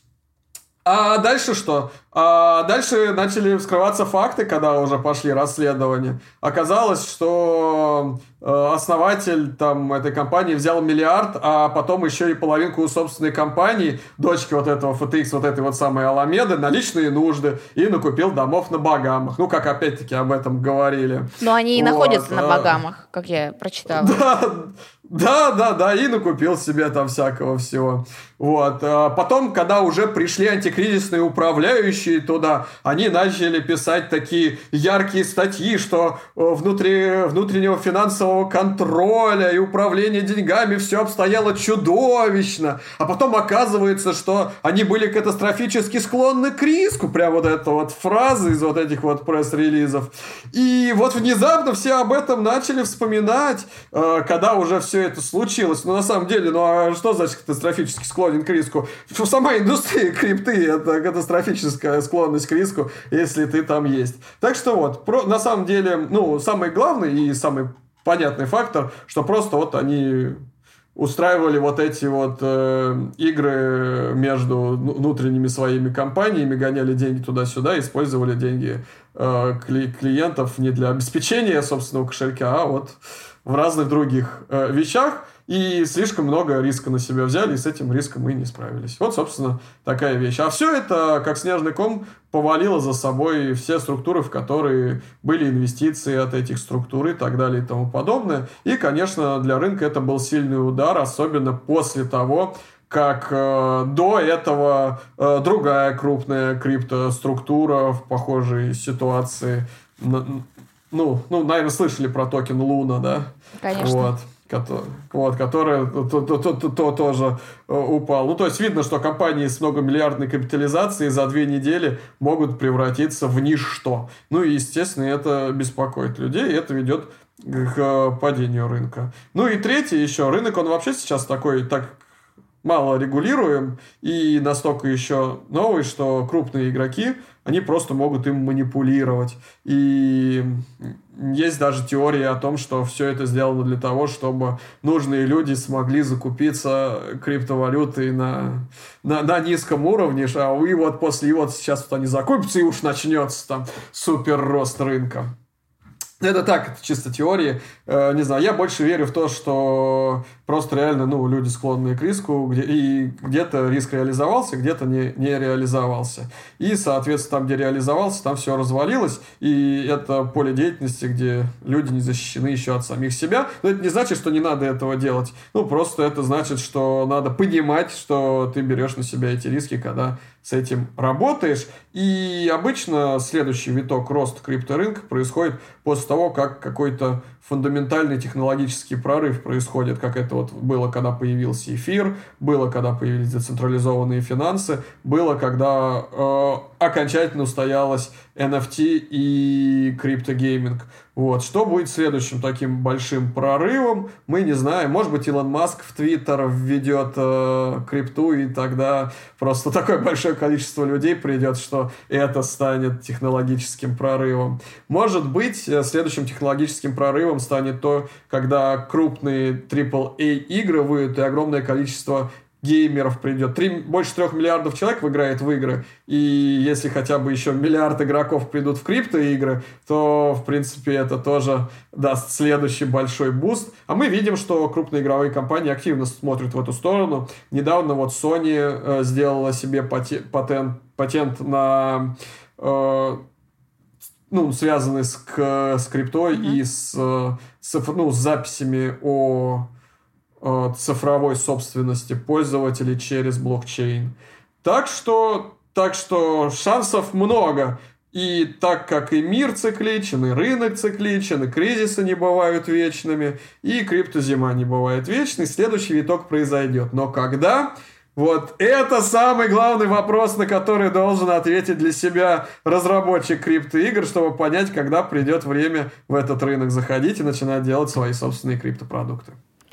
А дальше что? А дальше начали вскрываться факты, когда уже пошли расследования. Оказалось, что э, основатель там, этой компании взял миллиард, а потом еще и половинку у собственной компании, дочки вот этого эф ти экс, вот этой вот самой Alameda, на личные нужды, и накупил домов на Багамах. Ну, как опять-таки об этом говорили. Но они и вот, находятся а... на Багамах, как я прочитала. Да, Да, да, да, и накупил себе там всякого всего. Вот. А потом, когда уже пришли антикризисные управляющие туда, они начали писать такие яркие статьи, что внутри внутреннего финансового контроля и управления деньгами все обстояло чудовищно. А потом оказывается, что они были катастрофически склонны к риску. Прям вот эта вот фраза из вот этих вот пресс-релизов. И вот внезапно все об этом начали вспоминать, когда уже все это случилось. Но на самом деле, ну а что значит катастрофически склонен к риску? Что сама индустрия крипты — это катастрофическая склонность к риску, если ты там есть. Так что вот, про, на самом деле, ну, самый главный и самый понятный фактор, что просто вот они устраивали вот эти вот э, игры между внутренними своими компаниями, гоняли деньги туда-сюда, использовали деньги э, кли- клиентов не для обеспечения собственного кошелька, а вот в разных других э, вещах, и слишком много риска на себя взяли, и с этим риском мы не справились. Вот, собственно, такая вещь. А все это, как снежный ком, повалило за собой все структуры, в которые были инвестиции от этих структур и так далее и тому подобное. И, конечно, для рынка это был сильный удар, особенно после того, как э, до этого э, другая крупная криптоструктура в похожей ситуации, ну, ну, наверное, слышали про токен Луна, да? Конечно. Вот. Который, вот, который то, то, то, то, то тоже упал. Ну, то есть, видно, что компании с многомиллиардной капитализацией за две недели могут превратиться в ничто. Ну, и, естественно, это беспокоит людей, и это ведет к падению рынка. Ну, и третье еще. Рынок, он вообще сейчас такой, так мало регулируем, и настолько еще новый, что крупные игроки, они просто могут им манипулировать. И есть даже теория о том, что все это сделано для того, чтобы нужные люди смогли закупиться криптовалютой на, на, на низком уровне, а и вот после, и вот сейчас вот они закупятся, и уж начнется там супер рост рынка. Это так, это чисто теории. Э, не знаю, я больше верю в то, что просто реально, ну, люди склонные к риску, где, и где-то риск реализовался, где-то не, не реализовался. И, соответственно, там, где реализовался, там все развалилось, и это поле деятельности, где люди не защищены еще от самих себя. Но это не значит, что не надо этого делать. Ну, просто это значит, что надо понимать, что ты берешь на себя эти риски, когда с этим работаешь. И обычно следующий виток роста крипторынка происходит после того, как какой-то фундаментальный технологический прорыв происходит, как это вот было, когда появился эфир, было, когда появились децентрализованные финансы, было, когда э, окончательно устоялась эн эф ти и криптогейминг. Вот. Что будет следующим таким большим прорывом, мы не знаем. Может быть, Илон Маск в Твиттер введет э, крипту, и тогда просто такое большое количество людей придет, что это станет технологическим прорывом. Может быть, следующим технологическим прорывом станет то, когда крупные трипл эй игры выйдут, и огромное количество геймеров придет. Три, больше трех миллиардов человек играет в игры, и если хотя бы еще миллиард игроков придут в криптоигры, то, в принципе, это тоже даст следующий большой буст. А мы видим, что крупные игровые компании активно смотрят в эту сторону. Недавно вот Sony э, сделала себе пати- патент, патент на... Э, ну, связанный с, к, с криптой mm-hmm. и с, с, ну, с записями о цифровой собственности пользователей через блокчейн. Так что, так что шансов много. И так как и мир цикличен, и рынок цикличен, и кризисы не бывают вечными, и криптозима не бывает вечной, следующий виток произойдет. Но когда? Вот это самый главный вопрос, на который должен ответить для себя разработчик криптоигр, чтобы понять, когда придет время в этот рынок заходить и начинать делать свои собственные криптопродукты.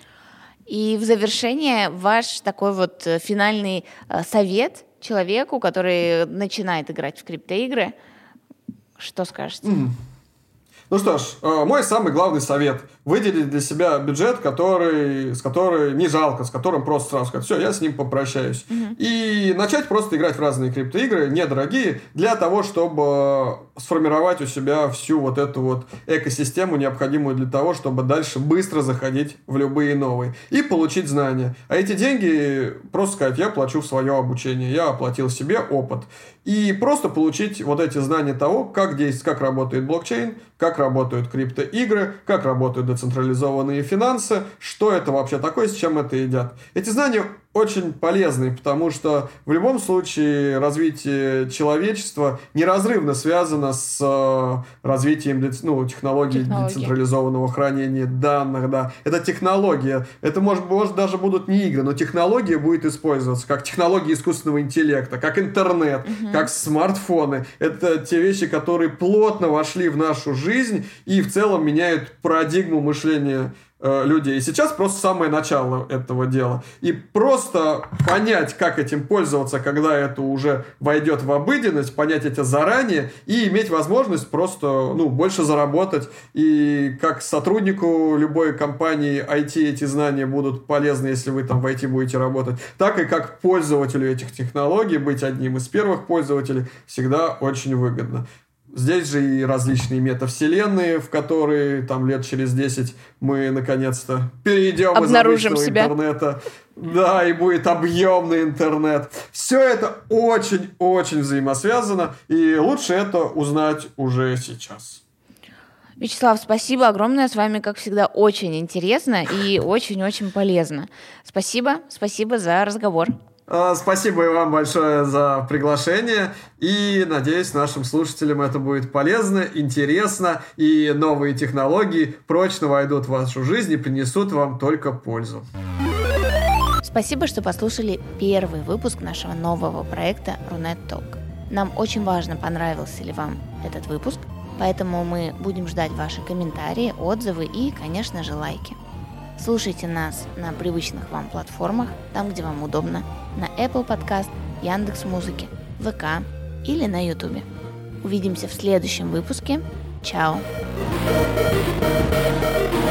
И в завершение ваш такой вот финальный совет человеку, который начинает играть в криптоигры. Что скажете? Mm. Ну что ж, мой самый главный совет – выделить для себя бюджет, который, с которым не жалко, с которым просто сразу сказать, все, я с ним попрощаюсь. Mm-hmm. И начать просто играть в разные криптоигры, недорогие, для того, чтобы сформировать у себя всю вот эту вот экосистему, необходимую для того, чтобы дальше быстро заходить в любые новые и получить знания. А эти деньги, просто сказать, я плачу в свое обучение, я оплатил себе опыт. И просто получить вот эти знания того, как действует, как работает блокчейн, как работают криптоигры, как работают децентрализованные финансы, что это вообще такое, с чем это едят. Эти знания очень полезны, потому что в любом случае развитие человечества неразрывно связано с развитием ну, технологий Технологии. децентрализованного хранения данных. Да. Это технология. Это может, может даже будут не игры, но технология будет использоваться как технология искусственного интеллекта, как интернет, угу. как смартфоны. Это те вещи, которые плотно вошли в нашу жизнь и в целом меняют парадигму мышления людей. И сейчас просто самое начало этого дела. И просто понять, как этим пользоваться, когда это уже войдет в обыденность, понять это заранее и иметь возможность просто ну, больше заработать. И как сотруднику любой компании ай ти эти знания будут полезны, если вы там в ай ти будете работать, так и как пользователю этих технологий быть одним из первых пользователей всегда очень выгодно. Здесь же и различные метавселенные, в которые там лет через десять мы наконец-то перейдем Обнаружим из обычного себя. интернета. Да, и будет объемный интернет. Все это очень-очень взаимосвязано, и лучше это узнать уже сейчас. Вячеслав, спасибо огромное. С вами, как всегда, очень интересно и очень-очень полезно. Спасибо, спасибо за разговор. Спасибо и вам большое за приглашение, и надеюсь, нашим слушателям это будет полезно, интересно, и новые технологии прочно войдут в вашу жизнь и принесут вам только пользу. Спасибо, что послушали первый выпуск нашего нового проекта Рунет Talk. Нам очень важно, понравился ли вам этот выпуск, поэтому мы будем ждать ваши комментарии, отзывы и, конечно же, лайки. Слушайте нас на привычных вам платформах, там, где вам удобно, на Apple Podcast, Яндекс.Музыке, ВК или на Ютубе. Увидимся в следующем выпуске. Чао!